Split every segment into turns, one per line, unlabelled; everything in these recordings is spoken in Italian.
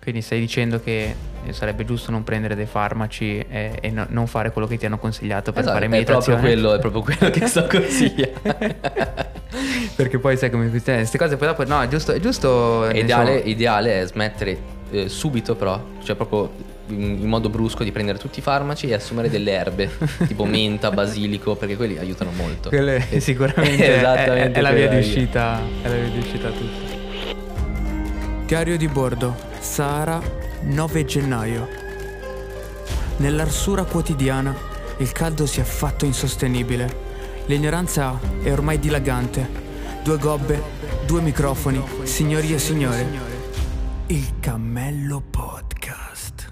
Quindi stai dicendo che sarebbe giusto non prendere dei farmaci e non fare quello che ti hanno consigliato per fare meditazione?
È proprio quello che sto consigliando.
Perché poi sai come funziona queste cose, poi dopo no, è giusto
Ideale è smettere subito, però, cioè proprio in modo brusco, di prendere tutti i farmaci e assumere delle erbe tipo menta, basilico, perché quelli aiutano molto.
Quelle sicuramente
Esattamente
è la via
quella
di uscita, è la via di uscita a tutti. Diario di bordo, Sahara, 9 gennaio. Nell'arsura quotidiana il caldo si è fatto insostenibile. L'ignoranza è ormai dilagante. 2 gobbe, 2 microfoni, signori e signore. Il Cammello Podcast.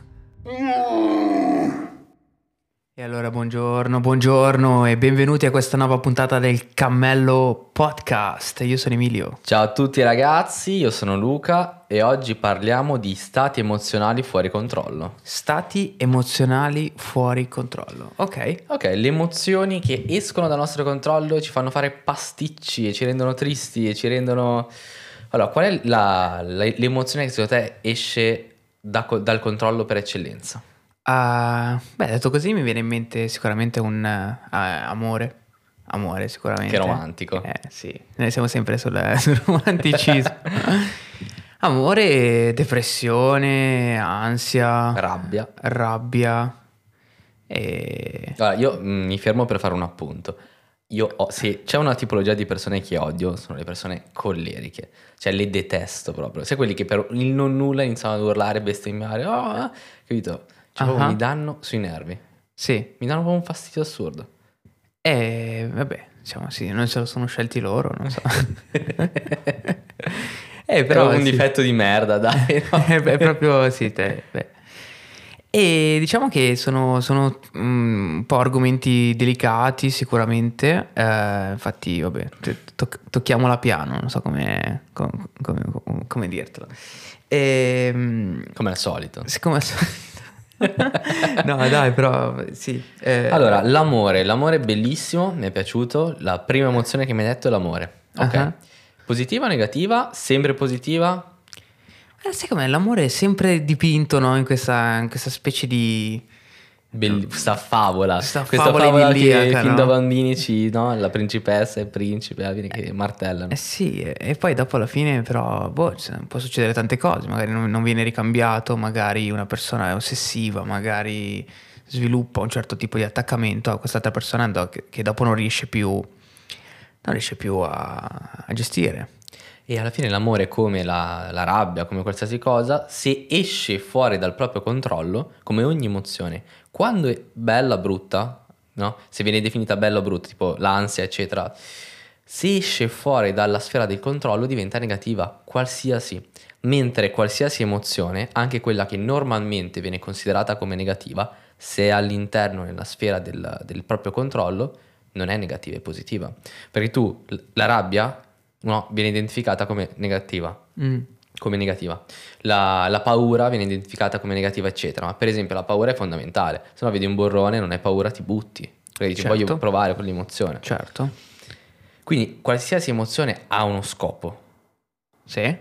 E allora buongiorno e benvenuti a questa nuova puntata del Cammello Podcast. Io sono Emilio.
Ciao a tutti ragazzi, io sono Luca e oggi parliamo di stati emozionali fuori controllo.
Stati emozionali fuori controllo. Ok,
le emozioni che escono dal nostro controllo e ci fanno fare pasticci e ci rendono tristi e ci rendono... Allora, qual è l'emozione che secondo te esce dal controllo per eccellenza?
Detto così mi viene in mente sicuramente un amore. Amore sicuramente.
Che romantico.
Sì, noi siamo sempre sul romanticismo. Amore, depressione, ansia, rabbia e...
Allora, io mi fermo per fare un appunto. Se c'è una tipologia di persone che odio, sono le persone colleriche. Cioè le detesto proprio. Sai quelli che per il non nulla iniziano ad urlare, bestemmiare, capito? Cioè proprio mi danno sui nervi.
Sì.
Mi danno proprio un fastidio assurdo.
Vabbè, diciamo sì, non se lo sono scelti loro, non so.
Però è un difetto di merda, dai. No?
È proprio, sì, E diciamo che sono un po' argomenti delicati sicuramente, infatti vabbè, tocchiamola piano, non so come dirtelo.
Come al solito.
Come al solito. No dai, però sì.
Allora, l'amore è bellissimo, mi è piaciuto. La prima emozione che mi hai detto è l'amore. Ok. Positiva o negativa? Sempre positiva?
Sai com'è? L'amore è sempre dipinto, no? In questa specie di...
Questa favola
idilliaca,
che fin
no?
da bambini no? La principessa e il principe alla fine che martellano.
Sì, e poi dopo alla fine però può succedere tante cose. Magari non viene ricambiato, magari una persona è ossessiva, magari sviluppa un certo tipo di attaccamento a quest'altra persona che dopo non riesce più a gestire.
E alla fine l'amore, come la rabbia, come qualsiasi cosa, se esce fuori dal proprio controllo, come ogni emozione, quando è bella, brutta, no? Se viene definita bella o brutta, tipo l'ansia, eccetera, se esce fuori dalla sfera del controllo diventa negativa, qualsiasi. Mentre qualsiasi emozione, anche quella che normalmente viene considerata come negativa, se è all'interno nella sfera del proprio controllo, non è negativa, è positiva. Perché tu, la rabbia... no, viene identificata come negativa. Come negativa. La paura viene identificata come negativa, eccetera. Ma per esempio la paura è fondamentale. Se no vedi un burrone, non hai paura, ti butti. Perché dici voglio provare quell'emozione.
Certo.
Quindi qualsiasi emozione ha uno scopo.
Sì.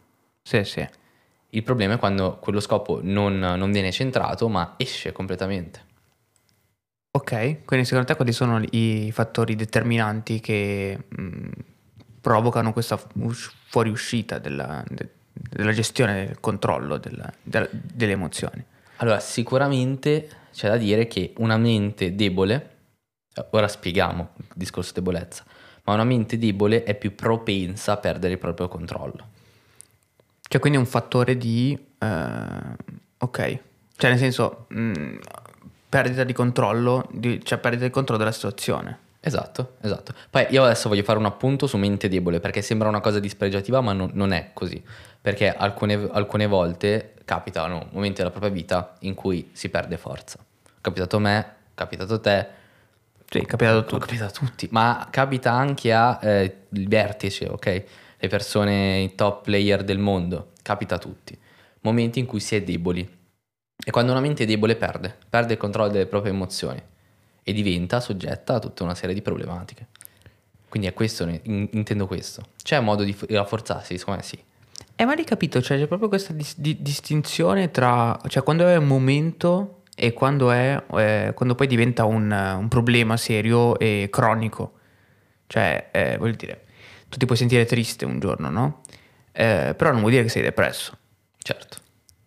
Il problema è quando quello scopo non viene centrato, ma esce completamente.
Ok, quindi secondo te quali sono i fattori determinanti che... provocano questa fuoriuscita della gestione del controllo delle emozioni?
Allora, sicuramente c'è da dire che una mente debole, ora spieghiamo il discorso debolezza, ma una mente debole è più propensa a perdere il proprio controllo.
Cioè quindi è un fattore di... ok, cioè nel senso perdita di controllo, cioè perdita di controllo della situazione.
Esatto. Poi io adesso voglio fare un appunto su mente debole, perché sembra una cosa dispregiativa, ma non è così. Perché alcune volte capitano momenti della propria vita in cui si perde forza. È capitato a me, è capitato a te.
Sì, è capitato
a tutti. Ma capita anche al vertice, ok? Le persone, i top player del mondo. Capita a tutti. Momenti in cui si è deboli. E quando una mente debole perde il controllo delle proprie emozioni. E diventa soggetta a tutta una serie di problematiche. Quindi è questo, intendo questo. C'è modo di rafforzarsi? Secondo me sì.
Ma lì capito, cioè c'è proprio questa distinzione tra, cioè quando è un momento e quando poi diventa un problema serio e cronico. Cioè, voglio dire, tu ti puoi sentire triste un giorno, no? Però non vuol dire che sei depresso.
Certo.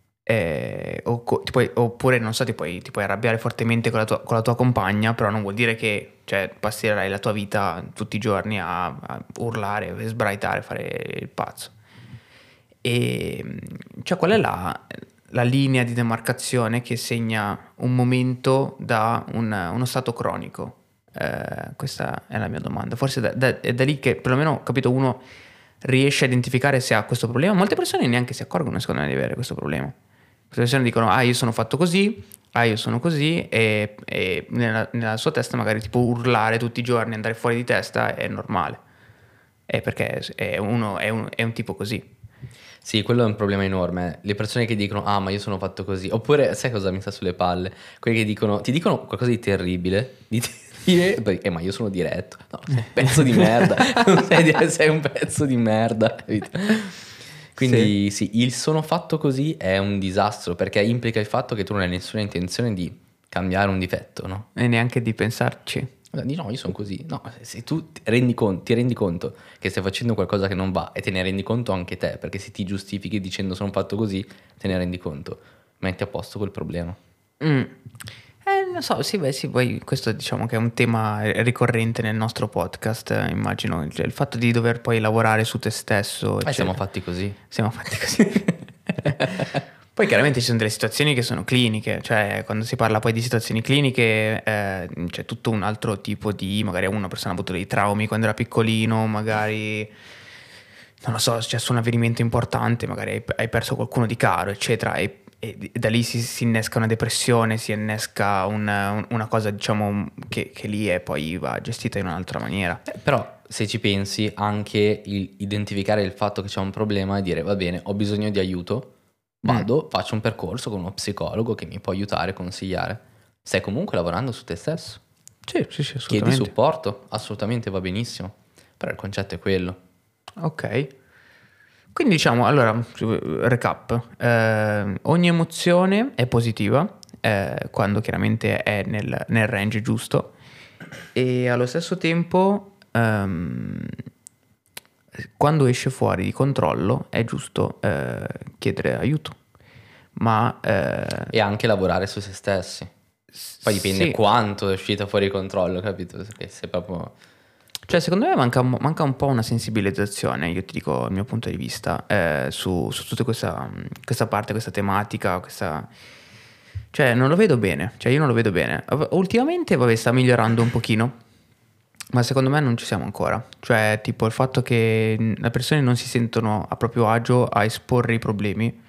Oppure, non so, ti puoi arrabbiare fortemente con la tua compagna, però non vuol dire che, cioè, passerai la tua vita tutti i giorni a urlare, sbraitare, fare il pazzo. E cioè, qual è la linea di demarcazione che segna un momento da uno stato cronico? Questa è la mia domanda. Forse è da lì che perlomeno, capito, uno riesce a identificare se ha questo problema. Molte persone neanche si accorgono, secondo me, di avere questo problema. Molte persone dicono, io sono fatto così, io sono così, e nella sua testa magari tipo urlare tutti i giorni, andare fuori di testa è normale. Perché è un tipo così.
Sì, quello è un problema enorme. Le persone che dicono, ma io sono fatto csei. Oppure, sai cosa mi sta sulle palle? Quelli che ti dicono qualcosa di terribile, ma io sono diretto. No, sei un pezzo di merda. Non sei un pezzo di merda. Capito? Quindi sì, il sono fatto così è un disastro, perché implica il fatto che tu non hai nessuna intenzione di cambiare un difetto, no?
E neanche di pensarci.
Di no, io sono così. No, se tu ti rendi conto che stai facendo qualcosa che non va, e te ne rendi conto anche te, perché se ti giustifichi dicendo sono fatto così, te ne rendi conto, metti a posto quel problema.
Non so, sì, poi questo diciamo che è un tema ricorrente nel nostro podcast, immagino, cioè, il fatto di dover poi lavorare su te stesso.
Siamo fatti così.
Siamo fatti così. Poi chiaramente ci sono delle situazioni che sono cliniche, cioè quando si parla poi di situazioni cliniche c'è tutto un altro tipo magari una persona ha avuto dei traumi quando era piccolino, magari, non lo so, è successo un avvenimento importante, magari hai perso qualcuno di caro, eccetera, e da lì si innesca una depressione, si innesca una cosa, diciamo, che lì è poi va gestita in un'altra maniera.
Però se ci pensi, anche identificare il fatto che c'è un problema e dire va bene, ho bisogno di aiuto, faccio un percorso con uno psicologo che mi può aiutare, consigliare. Stai comunque lavorando su te stesso.
Sì, assolutamente.
Chiedi supporto, assolutamente va benissimo. Però il concetto è quello.
Ok. Quindi diciamo, allora, recap. Ogni emozione è positiva quando chiaramente è nel range giusto, e allo stesso tempo quando esce fuori di controllo è giusto chiedere aiuto.
E anche lavorare su se stessi. Poi dipende quanto è uscita fuori di controllo, capito? Se proprio...
Cioè, secondo me manca un po' una sensibilizzazione, io ti dico il mio punto di vista, su tutta questa parte, questa tematica, Cioè, non lo vedo bene, io non lo vedo bene. Ultimamente, sta migliorando un pochino, ma secondo me non ci siamo ancora. Cioè, tipo il fatto che le persone non si sentono a proprio agio a esporre i problemi,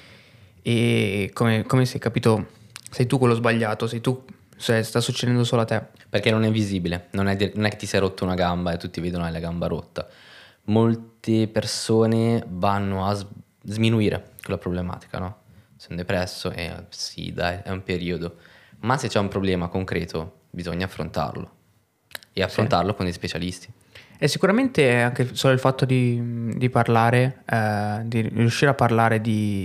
e come sei, capito, sei tu quello sbagliato, sei tu... Cioè, sta succedendo solo a te.
Perché non è visibile, non è che ti sei rotto una gamba e tutti vedono la gamba rotta. Molte persone vanno a sminuire quella problematica, no? Sono depresso e sì, dai, è un periodo. Ma se c'è un problema concreto, bisogna affrontarlo. E affrontarlo con dei specialisti.
E sicuramente anche solo il fatto di parlare, di riuscire a parlare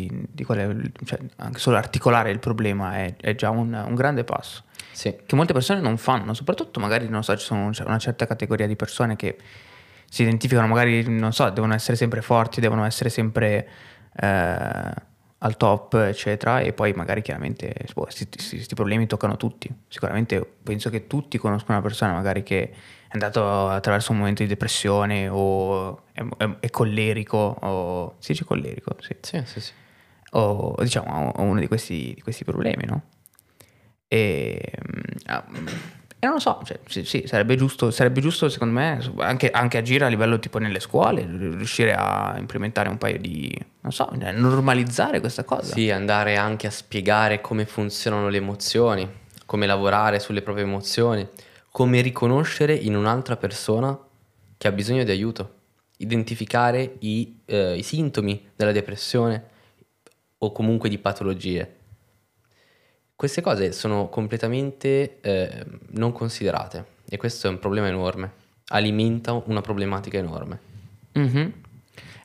cioè anche solo articolare il problema è già un grande passo.
Sì.
Che molte persone non fanno, soprattutto magari, non so, ci sono una certa categoria di persone che si identificano, magari, non so, devono essere sempre forti, devono essere sempre al top, eccetera, e poi magari chiaramente questi problemi toccano tutti. Sicuramente penso che tutti conoscono una persona magari che è andato attraverso un momento di depressione o è collerico, o si dice collerico, sì.
Sì.
O diciamo ha uno di questi problemi, no? E non lo so, cioè, sì, sarebbe giusto secondo me anche agire a livello tipo nelle scuole, riuscire a implementare un paio di, non so, normalizzare questa cosa.
Sì, andare anche a spiegare come funzionano le emozioni, come lavorare sulle proprie emozioni, come riconoscere in un'altra persona che ha bisogno di aiuto, identificare i sintomi della depressione o comunque di patologie. Queste cose sono completamente non considerate, e questo è un problema enorme, alimenta una problematica enorme.
Mm-hmm.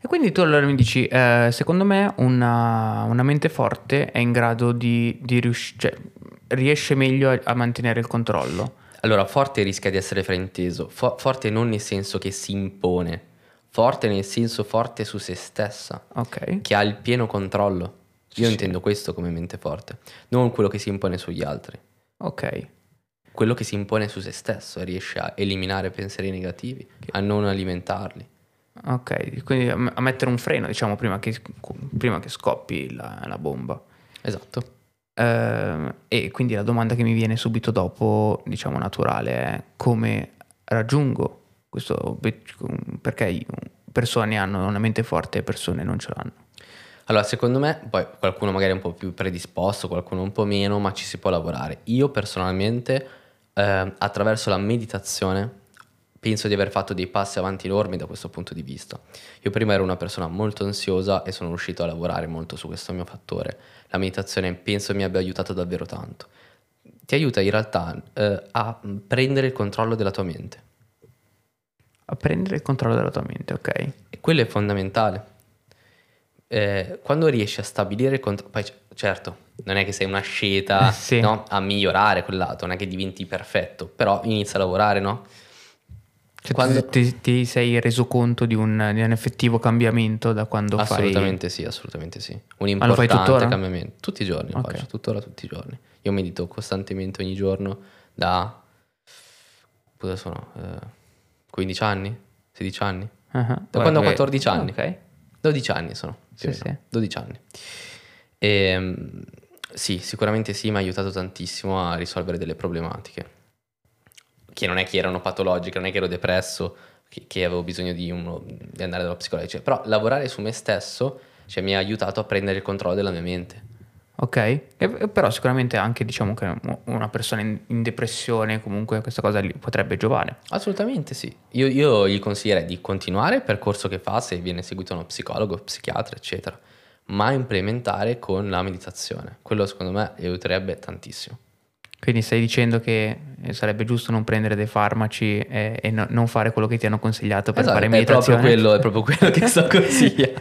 E quindi tu allora mi dici, secondo me una mente forte è in grado cioè, riesce meglio a mantenere il controllo.
Allora, forte rischia di essere frainteso. Forte non nel senso che si impone, forte nel senso forte su se stessa,
Ok.
che ha il pieno controllo. Io
Sì.
intendo questo come mente forte, non quello che si impone sugli altri.
Ok.
Quello che si impone su se stesso e riesce a eliminare pensieri negativi, a non alimentarli.
Ok, quindi a mettere un freno, diciamo, prima che scoppi la bomba.
Esatto.
E quindi la domanda che mi viene subito dopo, diciamo, naturale è come raggiungo questo, perché persone hanno una mente forte e persone non ce l'hanno.
Allora, secondo me, poi qualcuno magari è un po' più predisposto, qualcuno un po' meno, ma ci si può lavorare. Io personalmente, attraverso la meditazione, penso di aver fatto dei passi avanti enormi da questo punto di vista. Io prima ero una persona molto ansiosa e sono riuscito a lavorare molto su questo mio fattore. La meditazione penso mi abbia aiutato davvero tanto. Ti aiuta in realtà a prendere il controllo della tua mente.
A prendere il controllo della tua mente, ok?
E quello è fondamentale. Quando riesci a stabilire il controllo, poi certo, non è che sei una sceta
Sì.
no, a migliorare quel lato, non è che diventi perfetto, però inizia a lavorare, no?
Cioè,
Quando-
ti sei reso conto di un effettivo cambiamento da quando
Assolutamente sì, assolutamente sì. Un
Ma lo fai
importante
tuttora?
cambiamento. Tutti i giorni lo
Ok.
faccio, tuttora tutti i giorni. Io medito costantemente ogni giorno da... cosa sono? 15 anni? 16 anni?
Ah,
Da
guarda
quando ho
che-
14 anni.
Ok.
12 anni sono. più o
Sì,
meno.
sì.
12 anni. Sì, sicuramente sì, mi ha aiutato tantissimo a risolvere delle problematiche. Che non è che erano patologiche, non è che ero depresso, che avevo bisogno di andare dallo psicologo, cioè, però lavorare su me stesso, cioè, mi ha aiutato a prendere il controllo della mia mente.
Ok, però sicuramente anche diciamo che una persona in depressione comunque questa cosa gli potrebbe giovare.
Assolutamente sì. Io gli consiglierei di continuare il percorso che fa se viene seguito uno psicologo, psichiatra, eccetera, ma implementare con la meditazione. Quello secondo me aiuterebbe tantissimo.
Quindi stai dicendo che sarebbe giusto non prendere dei farmaci e non fare quello che ti hanno consigliato per fare
Esatto,
meditazione?
è proprio quello che sto consigliando.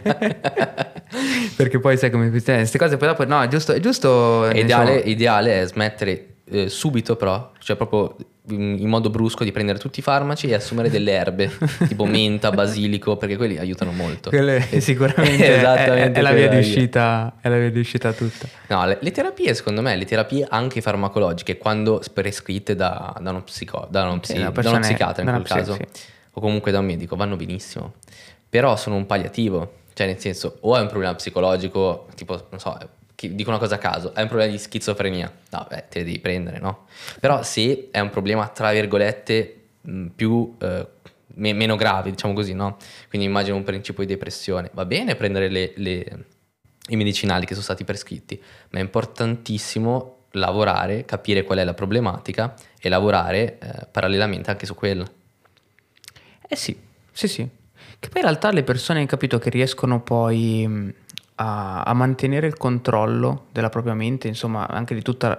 Perché poi sai come queste cose poi dopo no, è giusto
Ideale è smettere subito però, cioè proprio in modo brusco di prendere tutti i farmaci e assumere delle erbe, tipo menta, basilico, perché quelli aiutano molto.
quelle sicuramente è
Esattamente
la via
quella
di uscita, è la via di uscita tutta.
No, le terapie secondo me, le terapie anche farmacologiche, quando prescritte da uno
Sì, da
da uno psichiatra in
da
quel
una
caso,
sì.
o comunque da un medico, vanno benissimo. Però sono un palliativo, cioè nel senso, o hai un problema psicologico, tipo, non so, dico una cosa a caso, hai un problema di schizofrenia, no, beh, te le devi prendere, no? Però se è un problema, tra virgolette, più... meno grave, diciamo così, no? Quindi immagino un principio di depressione. Va bene prendere i medicinali che sono stati prescritti, ma è importantissimo lavorare, capire qual è la problematica e lavorare parallelamente anche su quella.
Eh sì, sì, sì. Che poi in realtà le persone, capito, che riescono poi a mantenere il controllo della propria mente, insomma, anche di tutta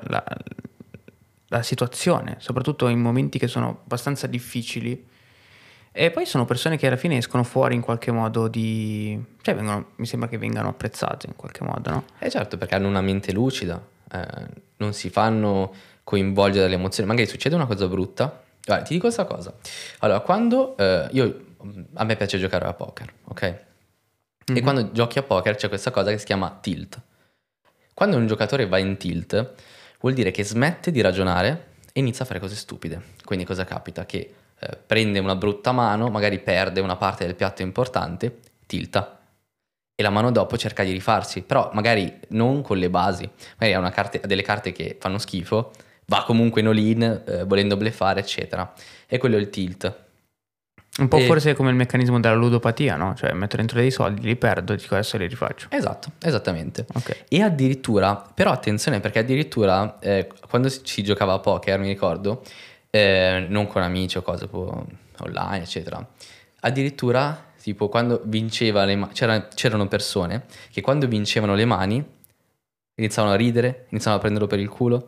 la situazione, soprattutto in momenti che sono abbastanza difficili. E poi sono persone che alla fine escono fuori in qualche modo cioè mi sembra che vengano apprezzate in qualche modo, no?
Certo, perché hanno una mente lucida, non si fanno coinvolgere dalle emozioni. Magari succede una cosa brutta. Guarda, ti dico questa cosa. Allora, quando a me piace giocare a poker, ok? E quando giochi a poker c'è questa cosa che si chiama tilt. Quando un giocatore va in tilt, vuol dire che smette di ragionare e inizia a fare cose stupide. Quindi cosa capita? Che prende una brutta mano, magari perde una parte del piatto importante, tilta. E la mano dopo cerca di rifarsi, però magari non con le basi. Magari ha delle carte che fanno schifo, va comunque in all-in, volendo bleffare, eccetera. E quello è il tilt.
Un po'
E-
forse come il meccanismo della ludopatia, no? Cioè metto dentro dei soldi, li perdo e dico adesso li rifaccio.
Esatto, esattamente.
Ok.
E addirittura, però attenzione perché addirittura quando si giocava a poker, mi ricordo, non con amici o cose online, eccetera, addirittura tipo quando vinceva c'erano persone che quando vincevano le mani iniziavano a ridere, iniziavano a prenderlo per il culo.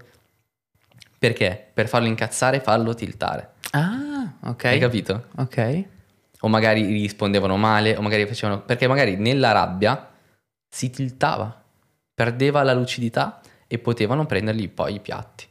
Perché? Per farlo incazzare, farlo tiltare.
Ah, ok.
Hai capito?
Ok.
o magari rispondevano male, o magari facevano... Perché magari nella rabbia si tiltava, perdeva la lucidità e potevano prendergli poi i piatti.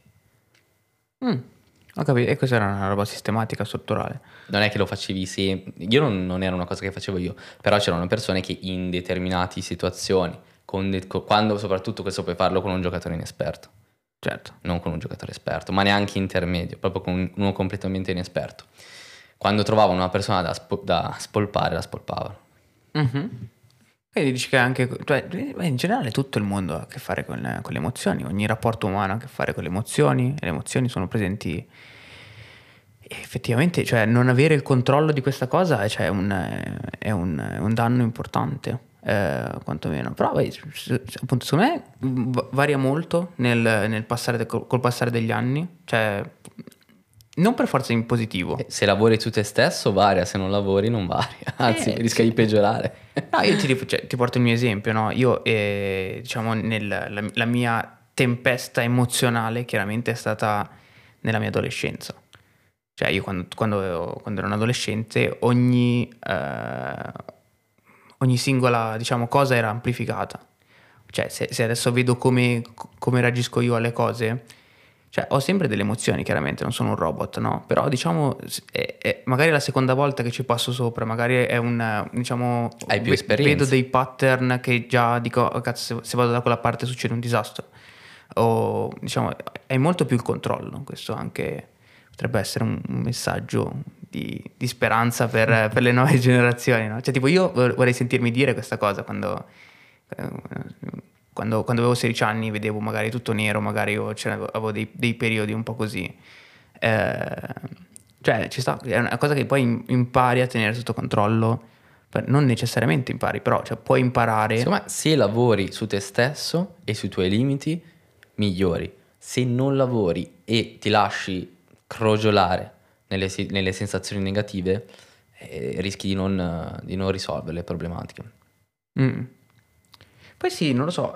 Ho capito, e questa era una roba sistematica, strutturale.
Non è che lo facevi sempre, io non era una cosa che facevo io, però c'erano persone che in determinate situazioni, quando soprattutto questo puoi farlo con un giocatore inesperto,
Certo.
non con un giocatore esperto, ma neanche intermedio, proprio con uno completamente inesperto. Quando trovavano una persona da spolpare, la spolpavano.
Quindi dici che anche, cioè, in generale tutto il mondo ha a che fare con le emozioni, ogni rapporto umano ha a che fare con le emozioni, e le emozioni sono presenti. E effettivamente, cioè, non avere il controllo di questa cosa è un danno importante, quantomeno. Però, appunto, secondo me varia molto nel passare col passare degli anni, cioè, non per forza in positivo.
Se lavori su te stesso varia, se non lavori non varia, anzi rischia di peggiorare.
No, io ti porto il mio esempio, no? Io, diciamo, la mia tempesta emozionale chiaramente è stata nella mia adolescenza. Cioè io quando ero un adolescente ogni singola, diciamo, cosa era amplificata. Cioè se adesso vedo come reagisco io alle cose, cioè ho sempre delle emozioni, chiaramente non sono un robot, no? Però diciamo magari la seconda volta che ci passo sopra, magari è diciamo,
hai più esperienza,
vedo dei pattern che già dico, oh, cazzo, se vado da quella parte succede un disastro. O diciamo hai molto più il controllo. Questo anche potrebbe essere un messaggio di speranza per le nuove generazioni, no? Cioè tipo io vorrei sentirmi dire questa cosa quando avevo 16 anni, vedevo magari tutto nero, magari avevo dei periodi un po' così. Cioè ci sta, è una cosa che poi impari a tenere sotto controllo, non necessariamente impari, però cioè, puoi imparare.
Insomma, se lavori su te stesso e sui tuoi limiti, migliori. Se non lavori e ti lasci crogiolare nelle sensazioni negative, rischi di non risolvere le problematiche.
Poi sì, non lo so,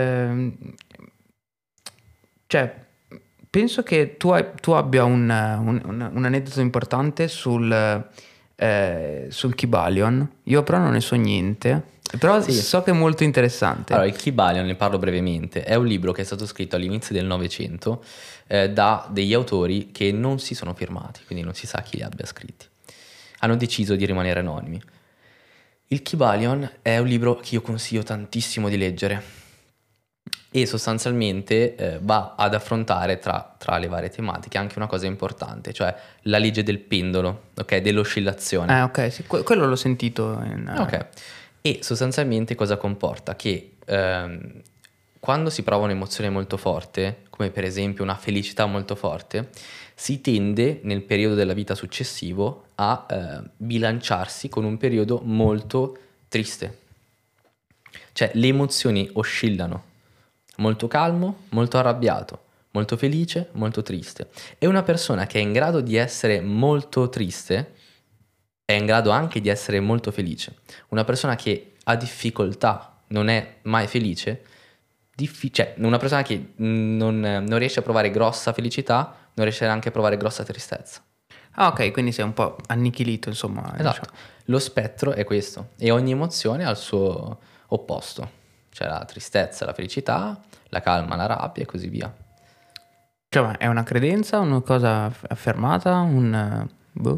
cioè penso che tu abbia un aneddoto importante sul Kybalion. Io però non ne so niente, però
sì,
so che è molto interessante.
Allora, il Kybalion, ne parlo brevemente, è un libro che è stato scritto all'inizio del Novecento da degli autori che non si sono firmati, quindi non si sa chi li abbia scritti. Hanno deciso di rimanere anonimi. Il Kybalion è un libro che io consiglio tantissimo di leggere e sostanzialmente va ad affrontare tra le varie tematiche anche una cosa importante, cioè la legge del pendolo, ok, dell'oscillazione.
Ok, sì, quello l'ho sentito.
Ok, e sostanzialmente cosa comporta? Che quando si prova un'emozione molto forte, come per esempio una felicità molto forte, si tende nel periodo della vita successivo a bilanciarsi con un periodo molto triste. Cioè le emozioni oscillano, molto calmo, molto arrabbiato, molto felice, molto triste. E una persona che è in grado di essere molto triste è in grado anche di essere molto felice. Una persona che ha difficoltà, non è mai felice, cioè una persona che non riesce a provare grossa felicità, non riesce neanche a provare grossa tristezza.
Ah, ok, quindi sei un po' annichilito, insomma.
Esatto,
diciamo.
Lo spettro è questo e ogni emozione ha il suo opposto. C'è la tristezza, la felicità, la calma, la rabbia e così via.
Cioè, ma è una credenza, una cosa affermata, un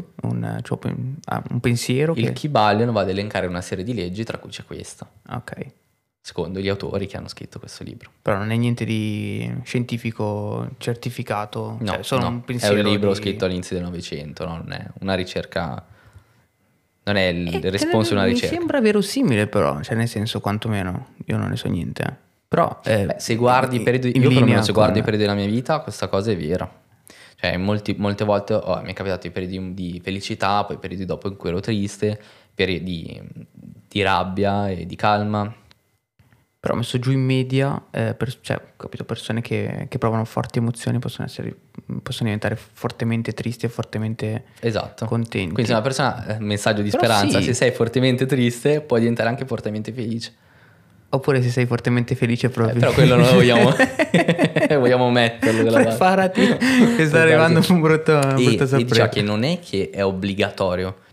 pensiero?
Il Kybalion va ad elencare una serie di leggi, tra cui c'è questa.
Ok.
Secondo gli autori che hanno scritto questo libro.
Però non è niente di scientifico certificato?
No,
cioè, solo
no.
un pensiero
È un libro scritto all'inizio del Novecento, no? Non è una ricerca, non è il responso di una ricerca.
Mi sembra verosimile però, cioè nel senso quantomeno, io non ne so niente. Però
se guardi i periodi, io perlomeno se guardo i periodi della mia vita, questa cosa è vera. Cioè molte volte mi è capitato i periodi di felicità, poi periodi dopo in cui ero triste, periodi di rabbia e di calma.
Però messo giù in media, cioè, capito, persone che provano forti emozioni possono diventare fortemente tristi e fortemente contenti.
Quindi se una persona, messaggio di
però
speranza,
sì.
Se sei fortemente triste puoi diventare anche fortemente felice.
Oppure se sei fortemente felice proprio.
Però quello non lo vogliamo metterlo dalla
Preparati che sta arrivando un brutto sorpresa.
E diciamo che non è che è obbligatorio.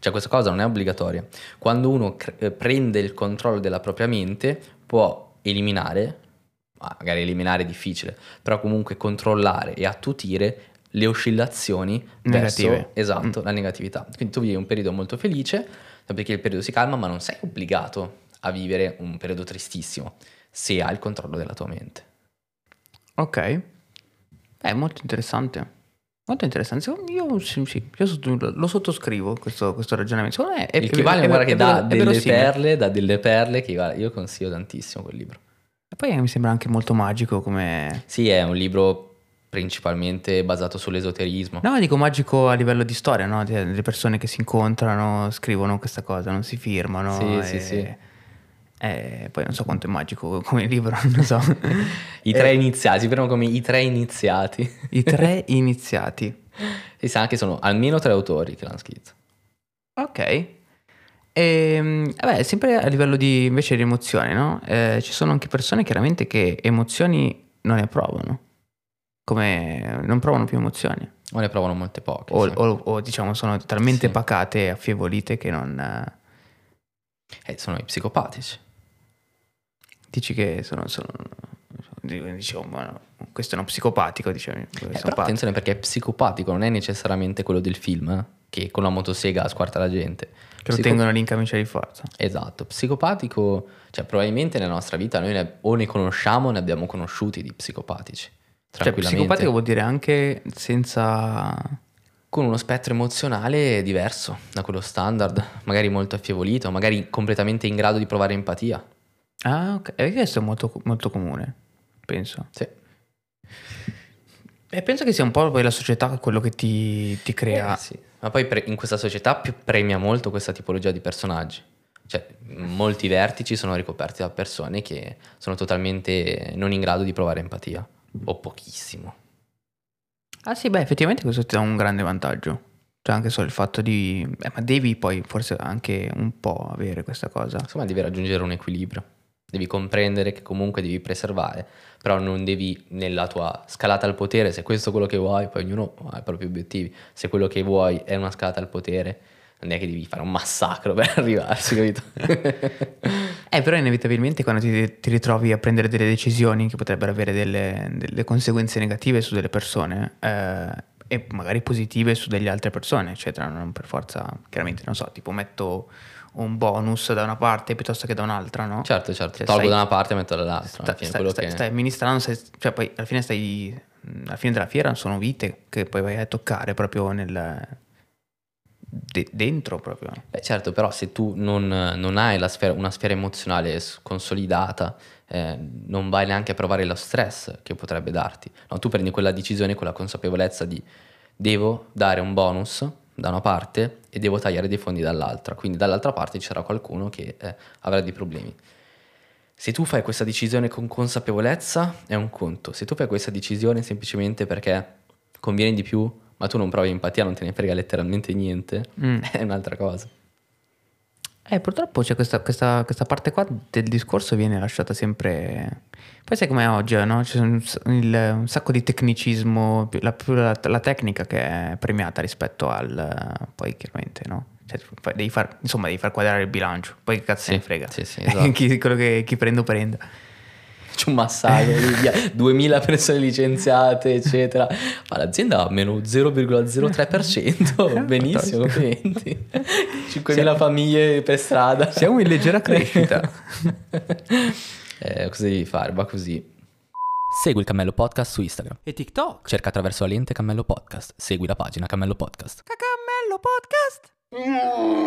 Cioè questa cosa non è obbligatoria. Quando uno prende il controllo della propria mente può eliminare, magari eliminare è difficile, però comunque controllare e attutire le oscillazioni
Negative.
verso, la negatività. Quindi tu vivi un periodo molto felice, perché il periodo si calma, ma non sei obbligato a vivere un periodo tristissimo se hai il controllo della tua mente.
Ok. È molto interessante. Molto interessante. Io lo sottoscrivo questo ragionamento. Secondo me
Il Kybalion, guarda che dà
verosimile.
delle perle che io consiglio tantissimo quel libro.
E poi mi sembra anche molto magico come...
Sì, è un libro principalmente basato sull'esoterismo.
No, dico magico a livello di storia, no? Le persone che si incontrano, scrivono questa cosa, non si firmano.
Sì.
Poi non so quanto è magico come libro, non so.
I tre iniziati, si fermano come i tre iniziati.
I tre iniziati.
Si sa che sono almeno 3 autori che l'hanno scritto.
Ok. Vabbè, sempre a livello di invece di emozioni, no? Ci sono anche persone chiaramente che emozioni non ne provano, come non provano più emozioni.
O ne provano molte poche.
O diciamo sono talmente
Sì.
pacate e affievolite che non...
Sono i psicopatici.
Dici che dicevo, ma no, questo è uno psicopatico, dicevi.
Però attenzione, perché psicopatico non è necessariamente quello del film, che con la motosega squarta la gente.
Che lo tengono lì in camicia di forza.
Esatto, psicopatico, cioè probabilmente nella nostra vita noi o ne conosciamo o ne abbiamo conosciuti di psicopatici.
Cioè psicopatico vuol dire anche senza...
Con uno spettro emozionale diverso da quello standard, magari molto affievolito, magari completamente in grado di provare empatia.
Ah, ok. E questo è molto, molto comune, penso.
Sì.
E penso che sia un po' poi la società quello che ti crea.
Sì. Ma poi in questa società premia molto questa tipologia di personaggi. Cioè, molti vertici sono ricoperti da persone che sono totalmente non in grado di provare empatia, o pochissimo.
Ah sì, beh, effettivamente questo ti dà un grande vantaggio. Cioè anche solo il fatto di... ma devi poi forse anche un po' avere questa cosa.
Insomma, devi raggiungere un equilibrio. Devi comprendere che comunque devi preservare, però non devi nella tua scalata al potere, se questo è quello che vuoi, poi ognuno ha i propri obiettivi. Se quello che vuoi è una scalata al potere, non è che devi fare un massacro per arrivarci, capito?
Però inevitabilmente quando ti ritrovi a prendere delle decisioni che potrebbero avere delle conseguenze negative su delle persone e magari positive su delle altre persone, eccetera, non per forza, chiaramente, non so, tipo metto un bonus da una parte piuttosto che da un'altra, no?
Certo,
Cioè,
tolgo da una parte e metto dall'altra.
Stai amministrando, cioè poi alla fine della fiera sono vite che poi vai a toccare proprio dentro proprio.
Beh, certo, però se tu non hai una sfera emozionale consolidata, non vai neanche a provare lo stress che potrebbe darti. No, tu prendi quella decisione con la consapevolezza di devo dare un bonus da una parte e devo tagliare dei fondi dall'altra, quindi dall'altra parte ci sarà qualcuno che avrà dei problemi. Se tu fai questa decisione con consapevolezza è un conto, se tu fai questa decisione semplicemente perché conviene di più ma tu non provi empatia, non te ne frega letteralmente niente, è un'altra cosa.
Purtroppo c'è questa parte qua del discorso viene lasciata sempre... Poi sai com'è oggi, no? C'è un sacco di tecnicismo, la tecnica che è premiata rispetto al... Poi chiaramente, no? Cioè, devi far quadrare il bilancio, poi che cazzo se ne frega.
Sì, esatto.
chi prenda.
C'è un massaio, 2000 persone licenziate, eccetera. Ma l'azienda ha meno 0,03%, benissimo, complimenti. 5.000 famiglie per strada.
Siamo in leggera crescita.
Cosa devi fare? Va così. Segui il Cammello Podcast su Instagram
E TikTok.
Cerca attraverso la lente Cammello Podcast. Segui la pagina Cammello Podcast.
Cammello Podcast.